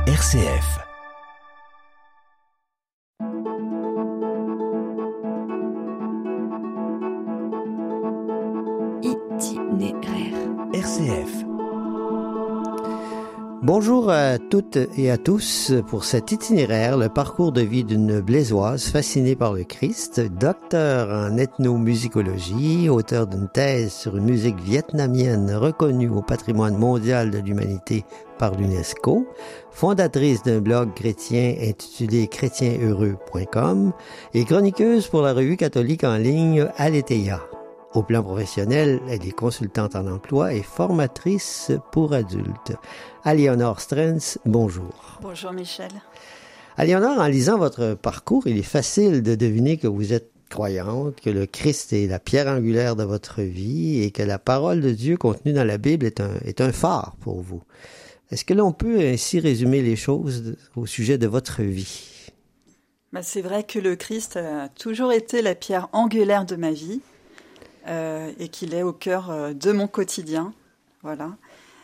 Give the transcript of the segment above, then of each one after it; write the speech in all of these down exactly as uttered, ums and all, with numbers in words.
R C F. Itinéraire. R C F. Bonjour à toutes et à tous pour cet itinéraire, le parcours de vie d'une Blaisoise fascinée par le Christ, docteur en ethnomusicologie, auteur d'une thèse sur une musique vietnamienne reconnue au patrimoine mondial de l'humanité par l'UNESCO, fondatrice d'un blog chrétien intitulé chrétien heureux point com et chroniqueuse pour la revue catholique en ligne Aletheia. Au plan professionnel, elle est consultante en emploi et formatrice pour adultes. Aliénor Strens, bonjour. Bonjour Michel. Aliénor, en lisant votre parcours, il est facile de deviner que vous êtes croyante, que le Christ est la pierre angulaire de votre vie et que la parole de Dieu contenue dans la Bible est un, est un phare pour vous. Est-ce que l'on peut ainsi résumer les choses au sujet de votre vie? Ben, c'est vrai que le Christ a toujours été la pierre angulaire de ma vie. Euh, et qu'il est au cœur euh, de mon quotidien, voilà.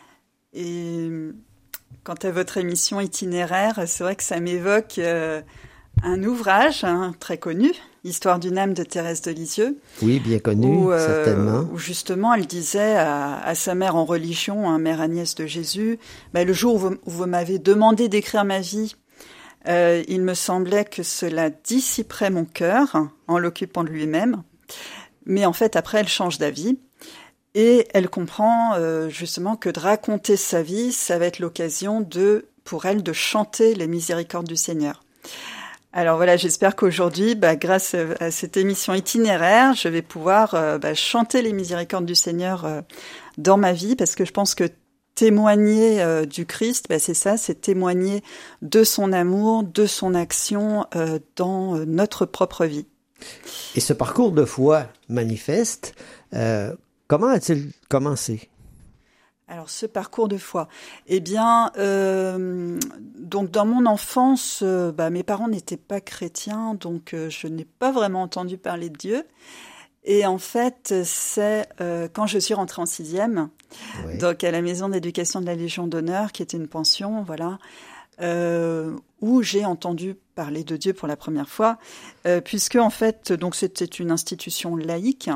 Et quant à votre émission itinéraire, c'est vrai que ça m'évoque euh, un ouvrage hein, très connu, Histoire d'une âme de Thérèse de Lisieux. Oui, bien connu, où, euh, certainement. Où justement, elle disait à, à sa mère en religion, hein, mère Agnès de Jésus, bah, le jour où vous, où vous m'avez demandé d'écrire ma vie, euh, il me semblait que cela dissiperait mon cœur en l'occupant de lui-même. Mais en fait, après, elle change d'avis et elle comprend euh, justement que de raconter sa vie, ça va être l'occasion de, pour elle, de chanter les miséricordes du Seigneur. Alors voilà, j'espère qu'aujourd'hui, bah, grâce à cette émission itinéraire, je vais pouvoir euh, bah, chanter les miséricordes du Seigneur euh, dans ma vie, parce que je pense que témoigner euh, du Christ, bah, c'est ça, c'est témoigner de son amour, de son action euh, dans euh, notre propre vie. Et ce parcours de foi manifeste, euh, comment a-t-il commencé? Alors, ce parcours de foi, eh bien, euh, donc dans mon enfance, euh, bah, mes parents n'étaient pas chrétiens, donc euh, je n'ai pas vraiment entendu parler de Dieu. Et en fait, c'est euh, quand je suis rentrée en sixième, oui. donc à la maison d'éducation de la Légion d'honneur, qui était une pension, voilà, euh, où j'ai entendu parler de Dieu pour la première fois, euh, puisque en fait, donc c'était une institution laïque.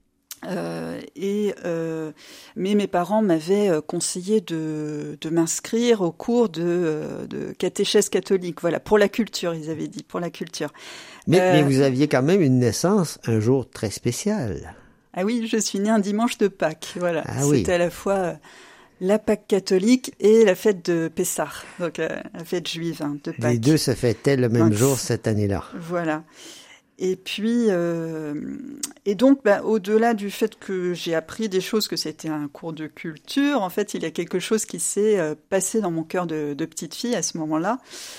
Euh, et euh, mais mes parents m'avaient conseillé de, de m'inscrire au cours de, de catéchèse catholique. Voilà, pour la culture, ils avaient dit, pour la culture. Mais, euh, mais vous aviez quand même une naissance un jour très spécial. Ah oui, je suis née un dimanche de Pâques. Voilà, ah c'était oui. à la fois la Pâques catholique et la fête de Pessah, donc la, la fête juive hein, de Pâques. Les deux se fêtaient le même donc, jour cette année-là. Voilà. Et puis, euh, et donc, bah, au-delà du fait que j'ai appris des choses, que c'était un cours de culture, en fait, il y a quelque chose qui s'est euh, passé dans mon cœur de, de petite fille à ce moment-là.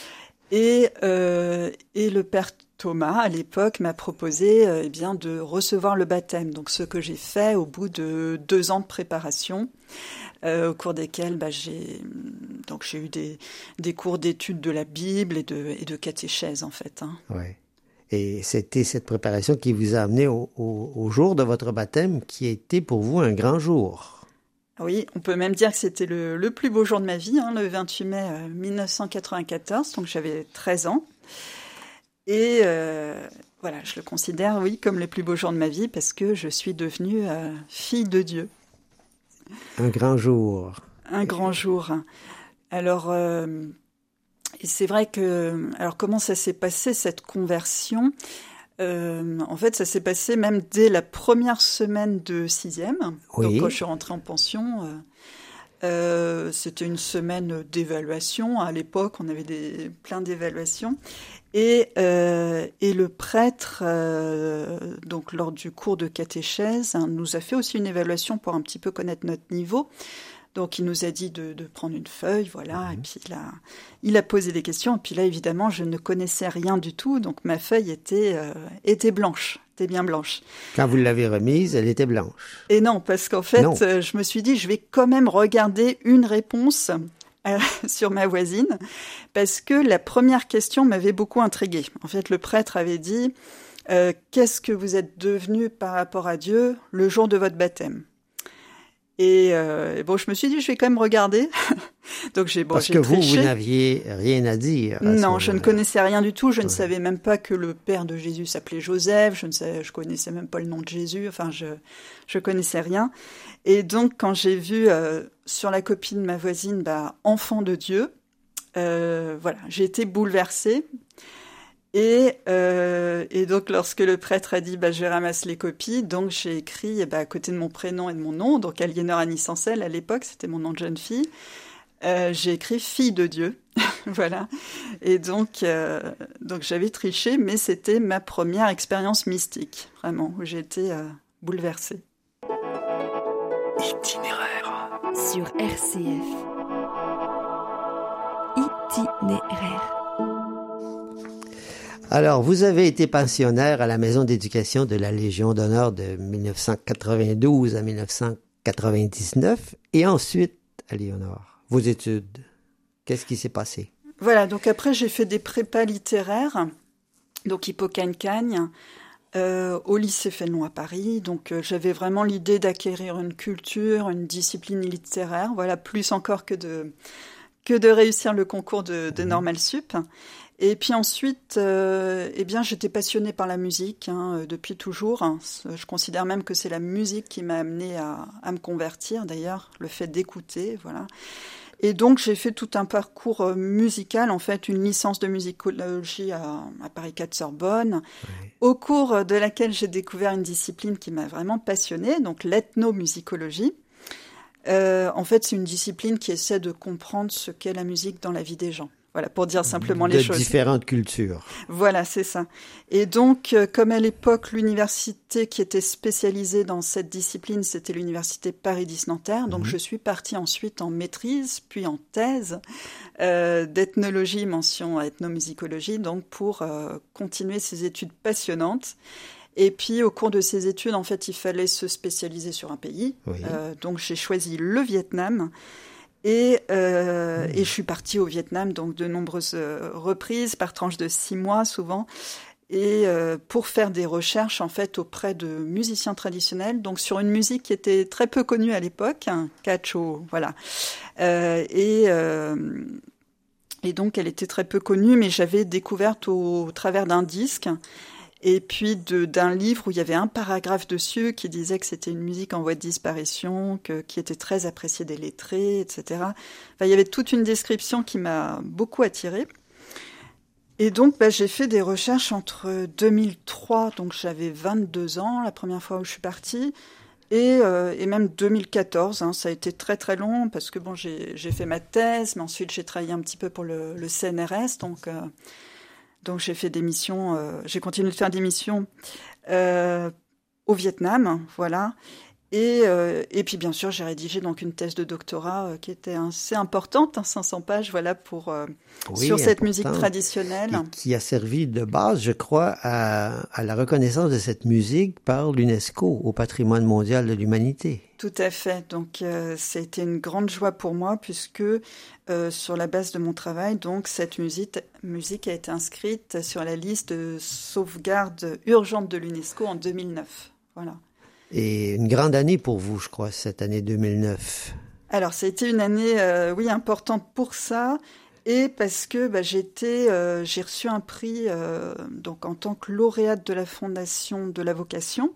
Et, euh, et le père Thomas, à l'époque, m'a proposé euh, eh bien, de recevoir le baptême. Donc, ce que j'ai fait au bout de deux ans de préparation, euh, au cours desquels bah, j'ai, donc, j'ai eu des, des cours d'études de la Bible et de, et de catéchèse, en fait. Hein. Ouais. Et c'était cette préparation qui vous a amené au, au, au jour de votre baptême, qui a été pour vous un grand jour. Oui, on peut même dire que c'était le, le plus beau jour de ma vie, hein, le vingt-huit mai mille neuf cent quatre-vingt-quatorze, donc j'avais treize ans. Et euh, voilà, je le considère, oui, comme le plus beau jour de ma vie, parce que je suis devenue euh, fille de Dieu. Un grand jour. Un grand jour. Alors... Euh, Et c'est vrai que, alors comment ça s'est passé cette conversion ? euh, En fait, ça s'est passé même dès la première semaine de sixième. Oui. Donc quand je suis rentrée en pension, euh, euh, c'était une semaine d'évaluation. À l'époque, on avait des, plein d'évaluations. Et, euh, et le prêtre, euh, donc lors du cours de catéchèse, hein, nous a fait aussi une évaluation pour un petit peu connaître notre niveau. Donc, il nous a dit de, de prendre une feuille, voilà, mmh. et puis il a, il a posé des questions. Et puis là, évidemment, je ne connaissais rien du tout, donc ma feuille était, euh, était blanche, était bien blanche. Quand vous l'avez remise, elle était blanche. Et non, parce qu'en fait, euh, je me suis dit, je vais quand même regarder une réponse euh, sur ma voisine, parce que la première question m'avait beaucoup intriguée. En fait, le prêtre avait dit, euh, qu'est-ce que vous êtes devenu par rapport à Dieu le jour de votre baptême ? Et, euh, et bon, je me suis dit, je vais quand même regarder. Donc j'ai bon, Parce j'ai que vous, triché. vous n'aviez rien à dire. À Non, je ne connaissais rien du tout. Je ouais. ne savais même pas que le père de Jésus s'appelait Joseph. Je ne savais, je connaissais même pas le nom de Jésus. Enfin, je je connaissais rien. Et donc, quand j'ai vu euh, sur la copie de ma voisine, bah, enfant de Dieu, euh, voilà, j'ai été bouleversée. Et, euh, et donc, lorsque le prêtre a dit bah, « je ramasse les copies », donc j'ai écrit bah, à côté de mon prénom et de mon nom, donc Aliénor Annie Sancel, à l'époque, c'était mon nom de jeune fille, euh, j'ai écrit « fille de Dieu ». Voilà. Et donc, euh, donc, j'avais triché, mais c'était ma première expérience mystique, vraiment, où j'ai été euh, bouleversée. Itinéraire sur R C F. Itinéraire. Alors, vous avez été pensionnaire à la Maison d'éducation de la Légion d'honneur de dix-neuf cent quatre-vingt-douze à dix-neuf cent quatre-vingt-dix-neuf et ensuite à Léonard. Vos études, qu'est-ce qui s'est passé? Voilà, donc après j'ai fait des prépas littéraires, donc Hippocagne-Cagne, euh, au lycée Fénelon à Paris. Donc euh, j'avais vraiment l'idée d'acquérir une culture, une discipline littéraire, voilà, plus encore que de, que de réussir le concours de, de Normal Sup. Et puis ensuite, euh, eh bien, j'étais passionnée par la musique hein, depuis toujours. Je considère même que c'est la musique qui m'a amenée à, à me convertir, d'ailleurs, le fait d'écouter, voilà. Et donc, j'ai fait tout un parcours musical, en fait, une licence de musicologie à, à Paris quatre Sorbonne, oui. Au cours de laquelle j'ai découvert une discipline qui m'a vraiment passionnée, donc l'ethnomusicologie. Euh, en fait, c'est une discipline qui essaie de comprendre ce qu'est la musique dans la vie des gens. Voilà, pour dire simplement les de choses. De différentes cultures. Voilà, c'est ça. Et donc, euh, comme à l'époque, l'université qui était spécialisée dans cette discipline, c'était l'université Paris dix Nanterre. Donc, mmh. je suis partie ensuite en maîtrise, puis en thèse euh, d'ethnologie, mention ethnomusicologie, donc pour euh, continuer ces études passionnantes. Et puis, au cours de ces études, en fait, il fallait se spécialiser sur un pays. Oui. Euh, donc, j'ai choisi le Vietnam. Et, euh, mmh. et je suis partie au Vietnam donc de nombreuses euh, reprises, par tranche de six mois souvent, et euh, pour faire des recherches en fait auprès de musiciens traditionnels, donc sur une musique qui était très peu connue à l'époque, hein, cacho, voilà. Euh, et, euh, et donc elle était très peu connue, mais j'avais découverte au, au travers d'un disque. Et puis de, d'un livre où il y avait un paragraphe dessus qui disait que c'était une musique en voie de disparition, que, qui était très appréciée des lettrés, et cetera. Enfin, il y avait toute une description qui m'a beaucoup attirée. Et donc, bah, j'ai fait des recherches entre deux mille trois, donc j'avais vingt-deux ans la première fois où je suis partie, et, euh, et même deux mille quatorze. Hein, ça a été très très long parce que bon, j'ai, j'ai fait ma thèse, mais ensuite j'ai travaillé un petit peu pour le, le C N R S, donc... Euh, Donc j'ai fait des missions, euh, j'ai continué de faire des missions euh, au Vietnam, voilà. Et, euh, et puis bien sûr j'ai rédigé donc une thèse de doctorat euh, qui était assez importante, hein, cinq cents pages, voilà, pour euh, oui, sur cette musique traditionnelle. Et qui a servi de base, je crois, à, à la reconnaissance de cette musique par l'UNESCO au patrimoine mondial de l'humanité. Tout à fait. Donc, euh, ça a été une grande joie pour moi puisque, euh, sur la base de mon travail, donc cette musique, musique a été inscrite sur la liste de sauvegarde urgente de l'UNESCO en deux mille neuf. Voilà. Et une grande année pour vous, je crois, cette année deux mille neuf. Alors, ça a été une année, euh, oui, importante pour ça. Et parce que bah, j'ai, été, euh, j'ai reçu un prix euh, donc en tant que lauréate de la Fondation de la Vocation.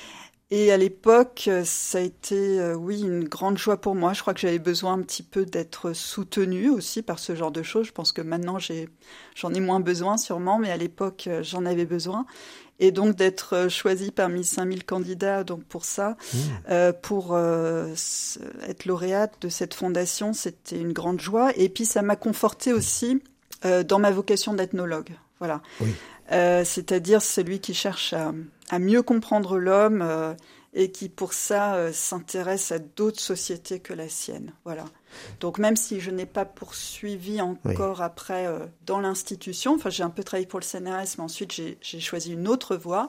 Et à l'époque, ça a été, euh, oui, une grande joie pour moi. Je crois que j'avais besoin un petit peu d'être soutenue aussi par ce genre de choses. Je pense que maintenant, j'ai, j'en ai moins besoin sûrement, mais à l'époque, j'en avais besoin. Et donc d'être choisie parmi cinq mille candidats donc pour ça, mmh. euh, pour euh, être lauréate de cette fondation, c'était une grande joie. Et puis ça m'a confortée aussi euh, dans ma vocation d'ethnologue. Voilà. Oui. Euh, c'est-à-dire celui qui cherche à, à mieux comprendre l'homme euh, et qui, pour ça, euh, s'intéresse à d'autres sociétés que la sienne. Voilà. Donc, même si je n'ai pas poursuivi encore oui. après euh, dans l'institution, enfin, j'ai un peu travaillé pour le C N R S, mais ensuite, j'ai, j'ai choisi une autre voie,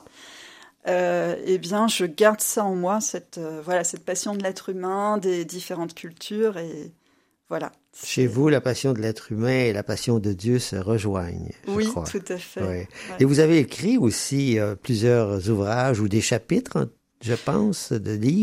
euh, eh bien, je garde ça en moi, cette, euh, voilà, cette passion de l'être humain, des différentes cultures, et voilà. Chez vous, la passion de l'être humain et la passion de Dieu se rejoignent, je oui, crois. Oui, tout à fait. Ouais. Ouais. Et vous avez écrit aussi euh, plusieurs ouvrages ou des chapitres, je pense, de livres.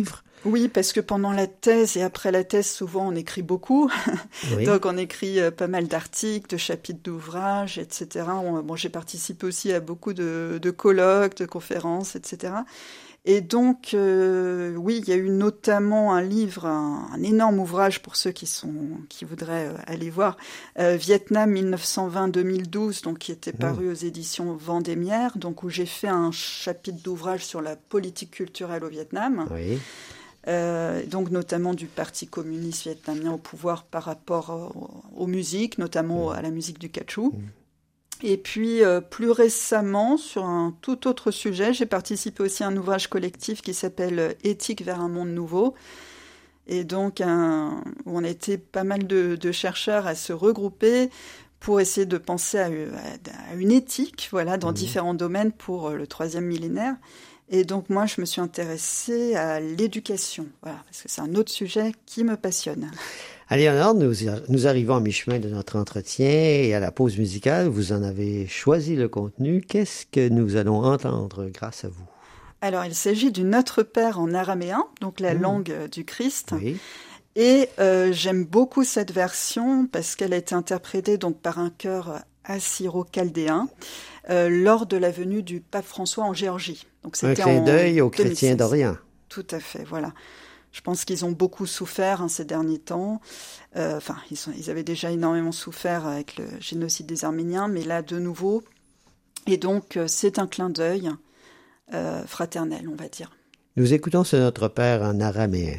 Oui, parce que pendant la thèse et après la thèse, souvent on écrit beaucoup. Oui. Donc on écrit euh, pas mal d'articles, de chapitres d'ouvrages, et cetera. On, bon, j'ai participé aussi à beaucoup de, de colloques, de conférences, et cetera. Et donc, euh, oui, il y a eu notamment un livre, un, un énorme ouvrage pour ceux qui sont, qui voudraient euh, aller voir, euh, Vietnam dix-neuf cent vingt à deux mille douze, donc qui était paru mmh. aux éditions Vendémiaire, donc où j'ai fait un chapitre d'ouvrage sur la politique culturelle au Vietnam. Oui. Euh, donc notamment du Parti communiste vietnamien au pouvoir par rapport aux, aux musiques, notamment mmh. à la musique du catchou. Mmh. Et puis, euh, plus récemment, sur un tout autre sujet, j'ai participé aussi à un ouvrage collectif qui s'appelle « Éthique vers un monde nouveau ». Et donc, un, où on était pas mal de, de chercheurs à se regrouper pour essayer de penser à, à une éthique, voilà, dans mmh. différents domaines pour le troisième millénaire. Et donc, moi, je me suis intéressée à l'éducation, voilà, parce que c'est un autre sujet qui me passionne. Éléonore, nous, nous arrivons à mi-chemin de notre entretien et à la pause musicale. Vous en avez choisi le contenu. Qu'est-ce que nous allons entendre grâce à vous? Alors, il s'agit du Notre Père en araméen, donc la mmh. langue du Christ. Oui. Et euh, j'aime beaucoup cette version parce qu'elle a été interprétée donc, par un chœur assyro-chaldéen euh, lors de la venue du pape François en Géorgie. Donc, c'était un clin d'œil aux chrétiens d'Orient. Tout à fait, voilà. Je pense qu'ils ont beaucoup souffert hein, ces derniers temps. Euh, enfin, ils, sont, ils avaient déjà énormément souffert avec le génocide des Arméniens, mais là, de nouveau. Et donc, euh, c'est un clin d'œil euh, fraternel, on va dire. Nous écoutons ce Notre Père en araméen.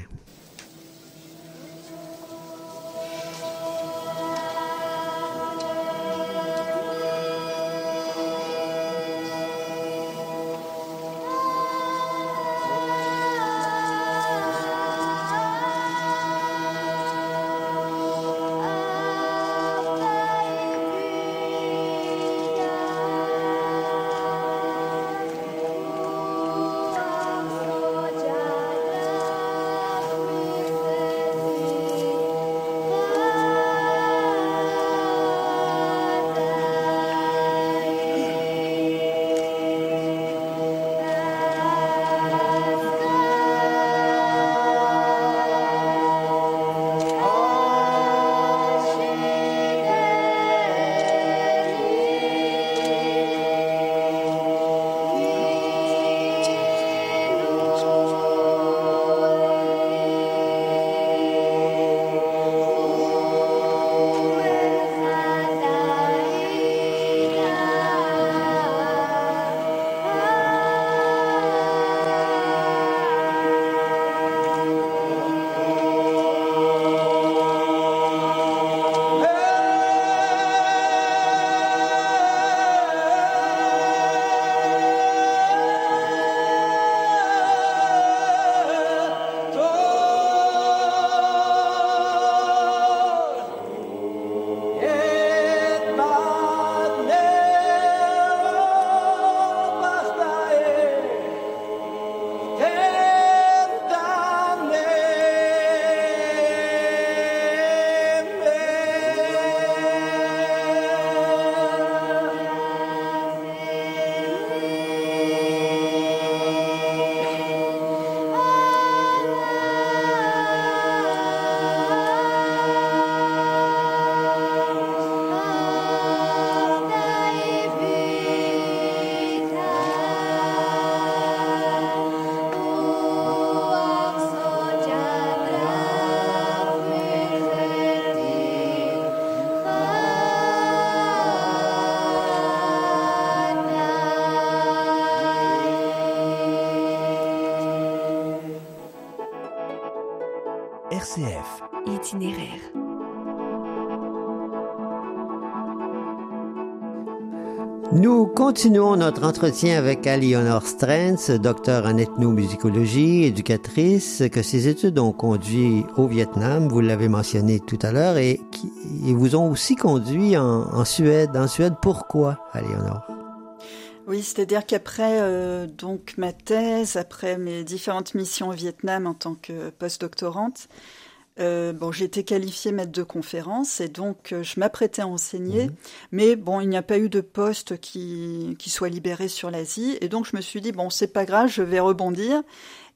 R C F. Itinéraire. Nous continuons notre entretien avec Éléonore Strentz, docteur en ethnomusicologie, éducatrice, que ses études ont conduit au Vietnam, vous l'avez mentionné tout à l'heure, et qui et vous ont aussi conduit en, en Suède. En Suède, pourquoi, Éléonore? Oui, c'est-à-dire qu'après euh, donc ma thèse, après mes différentes missions au Vietnam en tant que postdoctorante, euh, bon, j'ai été qualifiée maître de conférence et donc euh, je m'apprêtais à enseigner, mmh. mais bon, il n'y a pas eu de poste qui qui soit libéré sur l'Asie et donc je me suis dit bon, c'est pas grave, je vais rebondir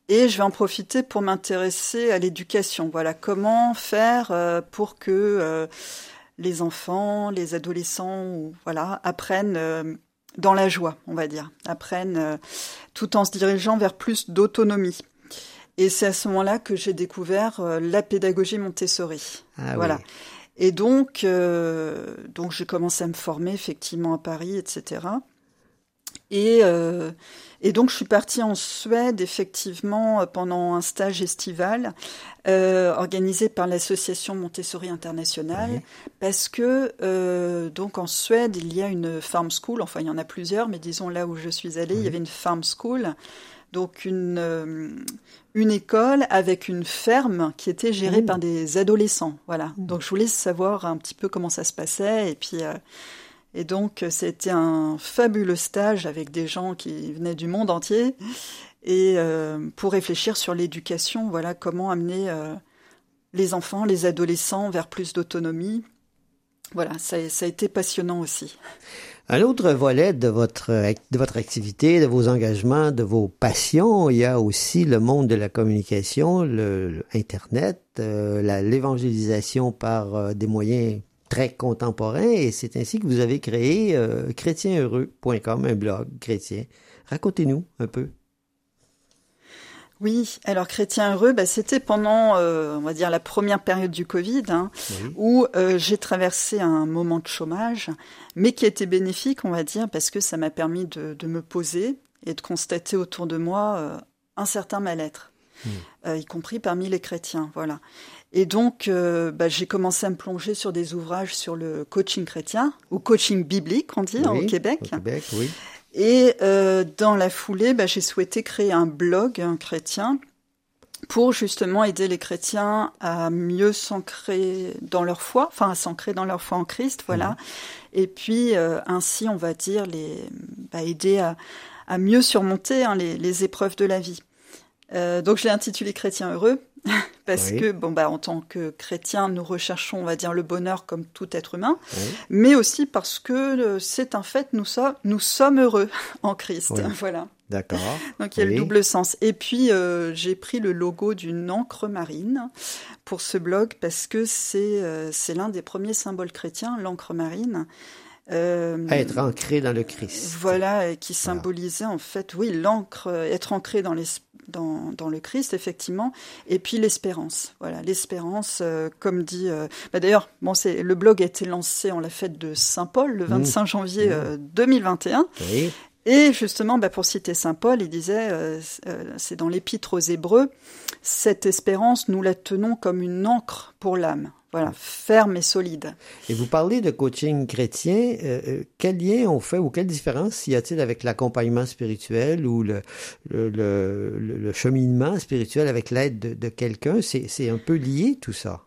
Et je vais en profiter pour m'intéresser à l'éducation. Voilà, comment faire euh, pour que euh, les enfants, les adolescents, ou, voilà, apprennent euh, dans la joie, on va dire, apprennent euh, tout en se dirigeant vers plus d'autonomie. Et c'est à ce moment-là que j'ai découvert euh, la pédagogie Montessori. Ah, voilà. Oui. Et donc, euh, donc j'ai commencé à me former effectivement à Paris, et cetera. Et, euh, et donc, je suis partie en Suède, effectivement, pendant un stage estival euh, organisé par l'association Montessori Internationale, Oui. parce que, euh, donc, en Suède, il y a une farm school, enfin, il y en a plusieurs, mais disons là où je suis allée, Oui. il y avait une farm school, donc une, euh, une école avec une ferme qui était gérée Mmh. par des adolescents, voilà. Mmh. Donc, je voulais savoir un petit peu comment ça se passait, et puis... Euh, Et donc, c'était un fabuleux stage avec des gens qui venaient du monde entier et euh, pour réfléchir sur l'éducation, voilà, comment amener euh, les enfants, les adolescents vers plus d'autonomie. Voilà, ça, ça a été passionnant aussi. Un autre volet de votre, de votre activité, de vos engagements, de vos passions, il y a aussi le monde de la communication, le, le Internet, euh, la, l'évangélisation par euh, des moyens très contemporain, et c'est ainsi que vous avez créé euh, chrétien heureux point com, un blog chrétien. Racontez-nous un peu. Oui, alors Chrétien Heureux, bah, c'était pendant, euh, on va dire, la première période du Covid, hein, Oui. où euh, j'ai traversé un moment de chômage, mais qui était bénéfique, on va dire, parce que ça m'a permis de, de me poser et de constater autour de moi euh, un certain mal-être, mmh. euh, y compris parmi les chrétiens, voilà. Et donc, euh, bah, j'ai commencé à me plonger sur des ouvrages sur le coaching chrétien, ou coaching biblique, on dit, Oui, hein, au Québec. Au Québec, oui. Et euh, dans la foulée, bah, j'ai souhaité créer un blog un chrétien pour justement aider les chrétiens à mieux s'ancrer dans leur foi, enfin à s'ancrer dans leur foi en Christ, voilà. Mmh. Et puis euh, ainsi, on va dire, les, bah, aider à, à mieux surmonter hein, les, les épreuves de la vie. Euh, donc je l'ai intitulé Chrétien heureux parce oui. que bon bah en tant que chrétien nous recherchons on va dire le bonheur comme tout être humain, oui. mais aussi parce que euh, c'est un fait nous sommes nous sommes heureux en Christ, oui. voilà. D'accord. Donc il y a oui. le double sens. Et puis euh, j'ai pris le logo d'une ancre marine pour ce blog parce que c'est euh, c'est l'un des premiers symboles chrétiens, l'ancre marine. Euh, être ancré dans le Christ. Voilà, qui symbolisait voilà. en fait, oui, l'encre, être ancré dans, les, dans, dans le Christ, effectivement, et puis l'espérance. Voilà, l'espérance, euh, comme dit... Euh, bah d'ailleurs, bon, c'est, le blog a été lancé en la fête de Saint-Paul, le vingt-cinq janvier euh, deux mille vingt et un. Oui. Et justement, bah, pour citer Saint Paul, il disait, euh, euh, c'est dans l'Épître aux Hébreux, cette espérance, nous la tenons comme une ancre pour l'âme. Voilà, ferme et solide. Et vous parlez de coaching chrétien. Euh, quel lien on fait ou quelle différence y a-t-il avec l'accompagnement spirituel ou le, le, le, le cheminement spirituel avec l'aide de, de quelqu'un? C'est, c'est un peu lié tout ça.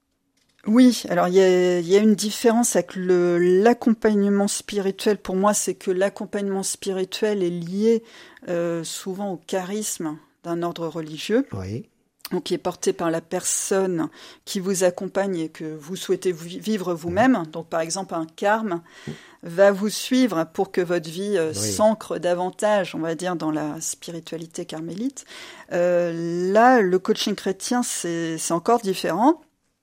Oui, alors il y a, y a une différence avec le, l'accompagnement spirituel. Pour moi, c'est que l'accompagnement spirituel est lié euh, souvent au charisme d'un ordre religieux. Oui. Donc, qui est porté par la personne qui vous accompagne et que vous souhaitez vivre vous-même. Donc, par exemple, un carme va vous suivre pour que votre vie euh, oui. s'ancre davantage, on va dire, dans la spiritualité carmélite. Euh, là, le coaching chrétien, c'est, c'est encore différent.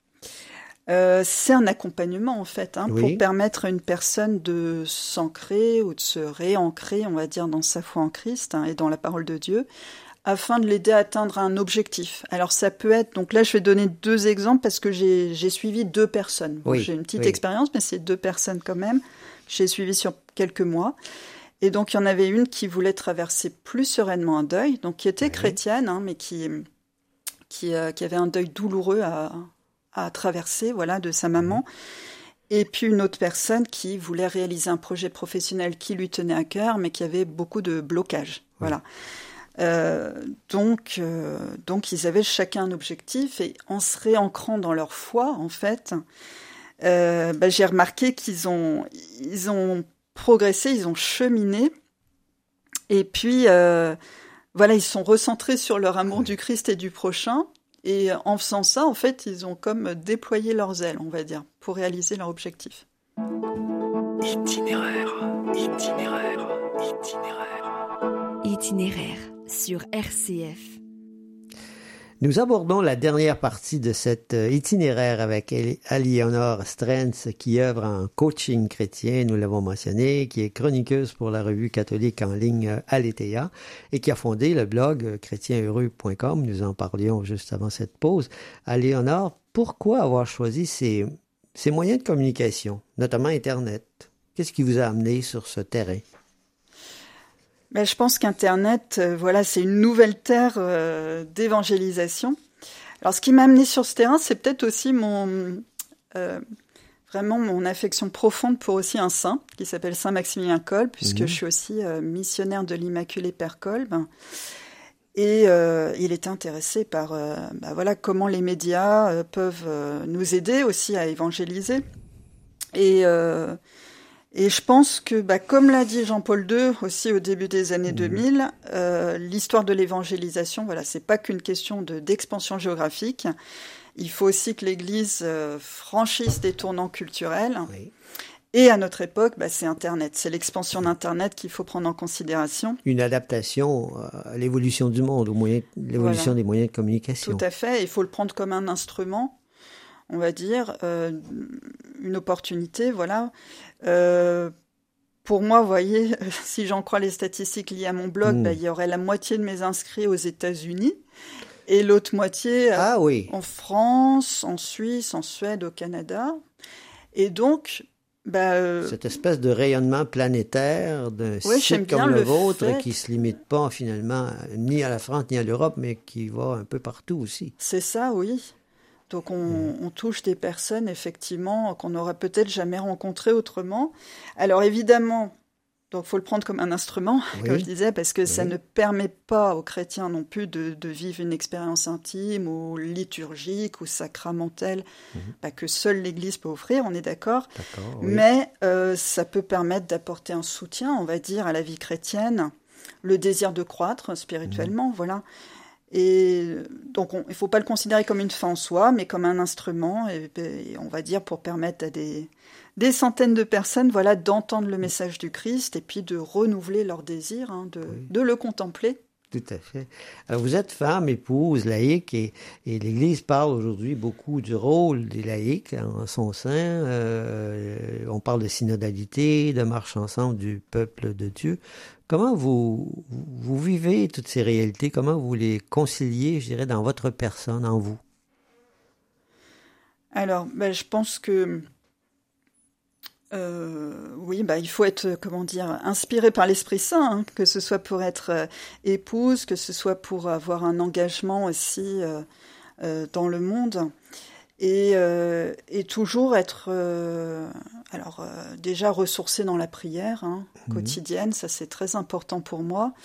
Euh, c'est un accompagnement, en fait, hein, oui. pour permettre à une personne de s'ancrer ou de se réancrer, on va dire, dans sa foi en Christ hein, et dans la parole de Dieu, afin de l'aider à atteindre un objectif. Alors ça peut être, donc là je vais donner deux exemples parce que j'ai, j'ai suivi deux personnes. Bon, oui, j'ai une petite oui. expérience, mais c'est deux personnes quand même. J'ai suivi sur quelques mois. Et donc il y en avait une qui voulait traverser plus sereinement un deuil, donc qui était oui. chrétienne, hein, mais qui, qui, euh, qui avait un deuil douloureux à, à traverser, voilà, de sa maman. Oui. Et puis une autre personne qui voulait réaliser un projet professionnel qui lui tenait à cœur, mais qui avait beaucoup de blocages. Oui. Voilà. Euh, donc, euh, donc, ils avaient chacun un objectif et en se réancrant dans leur foi, en fait, euh, bah, j'ai remarqué qu'ils ont, ils ont progressé, ils ont cheminé et puis, euh, voilà, ils sont recentrés sur leur amour oui. du Christ et du prochain et en faisant ça, en fait, ils ont comme déployé leurs ailes, on va dire, pour réaliser leur objectif. Itinéraire, itinéraire, itinéraire. Itinéraire. Sur R C F. Nous abordons la dernière partie de cet itinéraire avec Aliénor Strentz, qui œuvre en coaching chrétien, nous l'avons mentionné, qui est chroniqueuse pour la revue catholique en ligne Aletheia et qui a fondé le blog chrétien heureux point com. Nous en parlions juste avant cette pause. Aliénor, pourquoi avoir choisi ces, ces moyens de communication, notamment Internet? Qu'est-ce qui vous a amené sur ce terrain? Ben, je pense qu'Internet, euh, voilà, c'est une nouvelle terre euh, d'évangélisation. Alors, ce qui m'a amené sur ce terrain, c'est peut-être aussi mon, euh, vraiment mon affection profonde pour aussi un saint qui s'appelle Saint Maximilien Kolb, puisque mmh. je suis aussi euh, missionnaire de l'Immaculée Père Kolb. Et euh, il était intéressé par, euh, bah, voilà, comment les médias euh, peuvent euh, nous aider aussi à évangéliser. Et euh, Et je pense que, bah, comme l'a dit Jean-Paul deux aussi au début des années mmh. deux mille, euh, l'histoire de l'évangélisation, voilà, c'est pas qu'une question de, d'expansion géographique. Il faut aussi que l'Église euh, franchisse des tournants culturels. Oui. Et à notre époque, bah, c'est Internet. C'est l'expansion d'Internet qu'il faut prendre en considération. Une adaptation à l'évolution du monde, au moyen, l'évolution voilà. des moyens de communication. Tout à fait. Il faut le prendre comme un instrument, on va dire, euh, une opportunité, voilà. Euh, pour moi, vous voyez, si j'en crois les statistiques liées à mon blog, mmh. bah, il y aurait la moitié de mes inscrits aux États-Unis et l'autre moitié ah, oui. en France, en Suisse, en Suède, au Canada. Et donc, bah, euh, cette espèce de rayonnement planétaire d'un ouais, site comme le, le vôtre fait... qui ne se limite pas finalement ni à la France ni à l'Europe, mais qui va un peu partout aussi. C'est ça, oui. Donc on, mmh. on touche des personnes effectivement qu'on n'aurait peut-être jamais rencontrées autrement. Alors évidemment, donc faut le prendre comme un instrument, oui. comme je disais, parce que oui. ça ne permet pas aux chrétiens non plus de, de vivre une expérience intime ou liturgique ou sacramentelle mmh. bah, que seule l'Église peut offrir, on est d'accord. d'accord oui. Mais euh, ça peut permettre d'apporter un soutien, on va dire, à la vie chrétienne, le désir de croître spirituellement, mmh. voilà. Et donc, on, il ne faut pas le considérer comme une fin en soi, mais comme un instrument, et, et on va dire pour permettre à des, des centaines de personnes voilà, d'entendre le message du Christ et puis de renouveler leur désir, hein, de, oui. de le contempler. Tout à fait. Alors, vous êtes femme, épouse, laïque, et, et l'Église parle aujourd'hui beaucoup du rôle des laïcs en son sein. Euh, on parle de synodalité, de marche ensemble du peuple de Dieu. Comment vous, vous vivez toutes ces réalités? Comment vous les conciliez, je dirais, dans votre personne, en vous? Alors, ben, je pense que euh, oui, bah, il faut être, comment dire, inspiré par l'Esprit Saint, hein, que ce soit pour être euh, épouse, que ce soit pour avoir un engagement aussi euh, euh, dans le monde. Et, euh, et toujours être, euh, alors euh, déjà ressourcé dans la prière hein, mmh. quotidienne, ça c'est très important pour moi.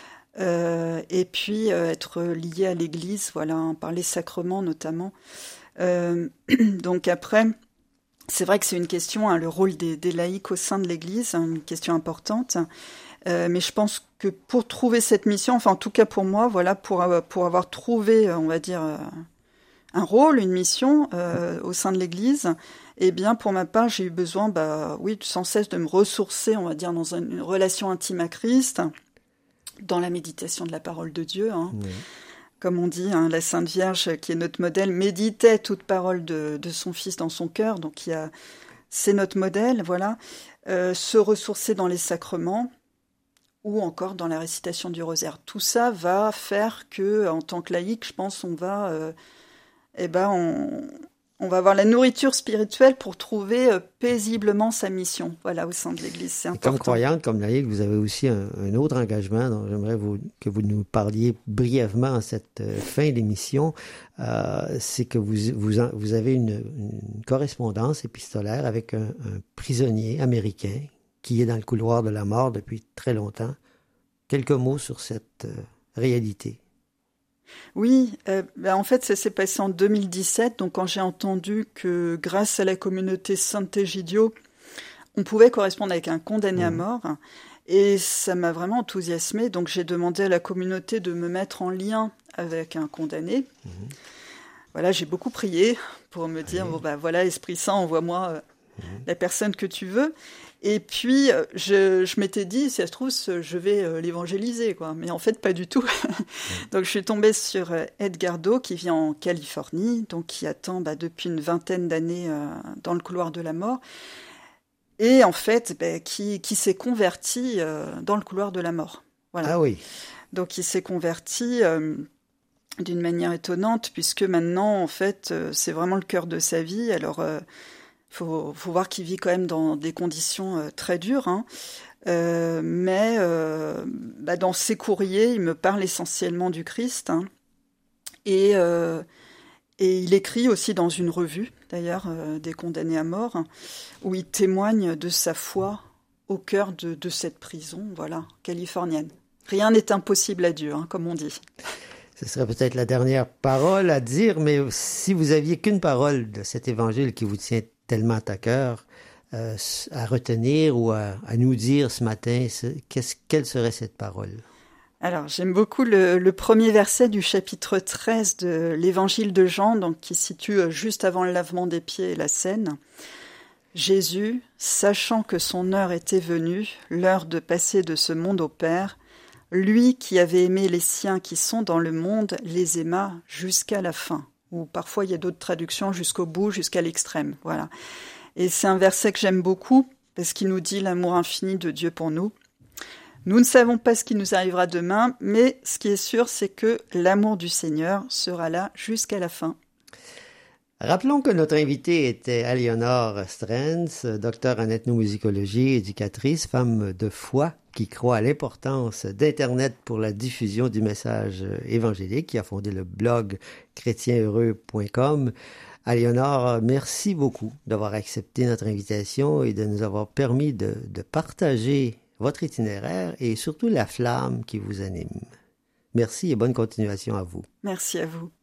Euh, et puis euh, être lié à l'Église, voilà, hein, par les sacrements notamment. Euh, donc après, c'est vrai que c'est une question, hein, le rôle des, des laïcs au sein de l'Église, hein, une question importante. Euh, mais je pense que pour trouver cette mission, enfin en tout cas pour moi, voilà, pour pour avoir trouvé, on va dire. Euh, un rôle, une mission euh, au sein de l'Église, eh bien, pour ma part, j'ai eu besoin, bah, oui, sans cesse de me ressourcer, on va dire, dans une relation intime à Christ, dans la méditation de la parole de Dieu. Hein. Oui. Comme on dit, hein, la Sainte Vierge, qui est notre modèle, méditait toute parole de, de son Fils dans son cœur, donc il y a, c'est notre modèle, voilà. Euh, se ressourcer dans les sacrements, ou encore dans la récitation du rosaire. Tout ça va faire que, en tant que laïque, je pense, on va... Euh, eh ben, on, on va avoir la nourriture spirituelle pour trouver euh, paisiblement sa mission, voilà, au sein de l'Église. C'est important. Comme croyante, comme laïque, vous avez aussi un, un autre engagement dont j'aimerais vous, que vous nous parliez brièvement en cette euh, fin d'émission. Euh, c'est que vous, vous, vous avez une, une correspondance épistolaire avec un, un prisonnier américain qui est dans le couloir de la mort depuis très longtemps. Quelques mots sur cette euh, réalité. Oui, euh, ben en fait, ça s'est passé en deux mille dix-sept, donc quand j'ai entendu que grâce à la communauté Sant'Egidio, on pouvait correspondre avec un condamné mmh. à mort, et ça m'a vraiment enthousiasmée, donc j'ai demandé à la communauté de me mettre en lien avec un condamné. Mmh. Voilà, j'ai beaucoup prié pour me dire, oui. bon ben voilà, Esprit Saint, envoie-moi euh, mmh. la personne que tu veux. Et puis, je, je m'étais dit, si ça se trouve, je vais l'évangéliser, quoi. Mais en fait, pas du tout. Donc, je suis tombée sur Edgar Doe, qui vit en Californie, donc qui attend bah, depuis une vingtaine d'années euh, dans le couloir de la mort. Et en fait, bah, qui, qui s'est converti euh, dans le couloir de la mort. Voilà. Ah oui. Donc, il s'est converti euh, d'une manière étonnante, puisque maintenant, en fait, euh, c'est vraiment le cœur de sa vie. Alors... Euh, Il faut, faut voir qu'il vit quand même dans des conditions euh, très dures, hein. euh, mais euh, bah, dans ses courriers, il me parle essentiellement du Christ, hein. et, euh, et il écrit aussi dans une revue, d'ailleurs, euh, des condamnés à mort, hein, où il témoigne de sa foi au cœur de, de cette prison, voilà, californienne. Rien n'est impossible à Dieu, hein, comme on dit. Ce serait peut-être la dernière parole à dire, mais si vous aviez qu'une parole de cet évangile qui vous tient tellement à cœur euh, à retenir ou à, à nous dire ce matin, qu'est-ce, quelle serait cette parole? Alors, j'aime beaucoup le, le premier verset du chapitre treize de l'évangile de Jean, donc, qui se situe juste avant le lavement des pieds et la scène. Jésus, sachant que son heure était venue, l'heure de passer de ce monde au Père, lui qui avait aimé les siens qui sont dans le monde, les aima jusqu'à la fin. Ou parfois il y a d'autres traductions, jusqu'au bout, jusqu'à l'extrême. Voilà. Et c'est un verset que j'aime beaucoup, parce qu'il nous dit l'amour infini de Dieu pour nous. Nous ne savons pas ce qui nous arrivera demain, mais ce qui est sûr, c'est que l'amour du Seigneur sera là jusqu'à la fin. Rappelons que notre invitée était Aliénor Strens, docteur en ethnomusicologie, éducatrice, femme de foi qui croit à l'importance d'Internet pour la diffusion du message évangélique, qui a fondé le blog chrétien heureux point com. Aliénor, merci beaucoup d'avoir accepté notre invitation et de nous avoir permis de, de partager votre itinéraire et surtout la flamme qui vous anime. Merci et bonne continuation à vous. Merci à vous.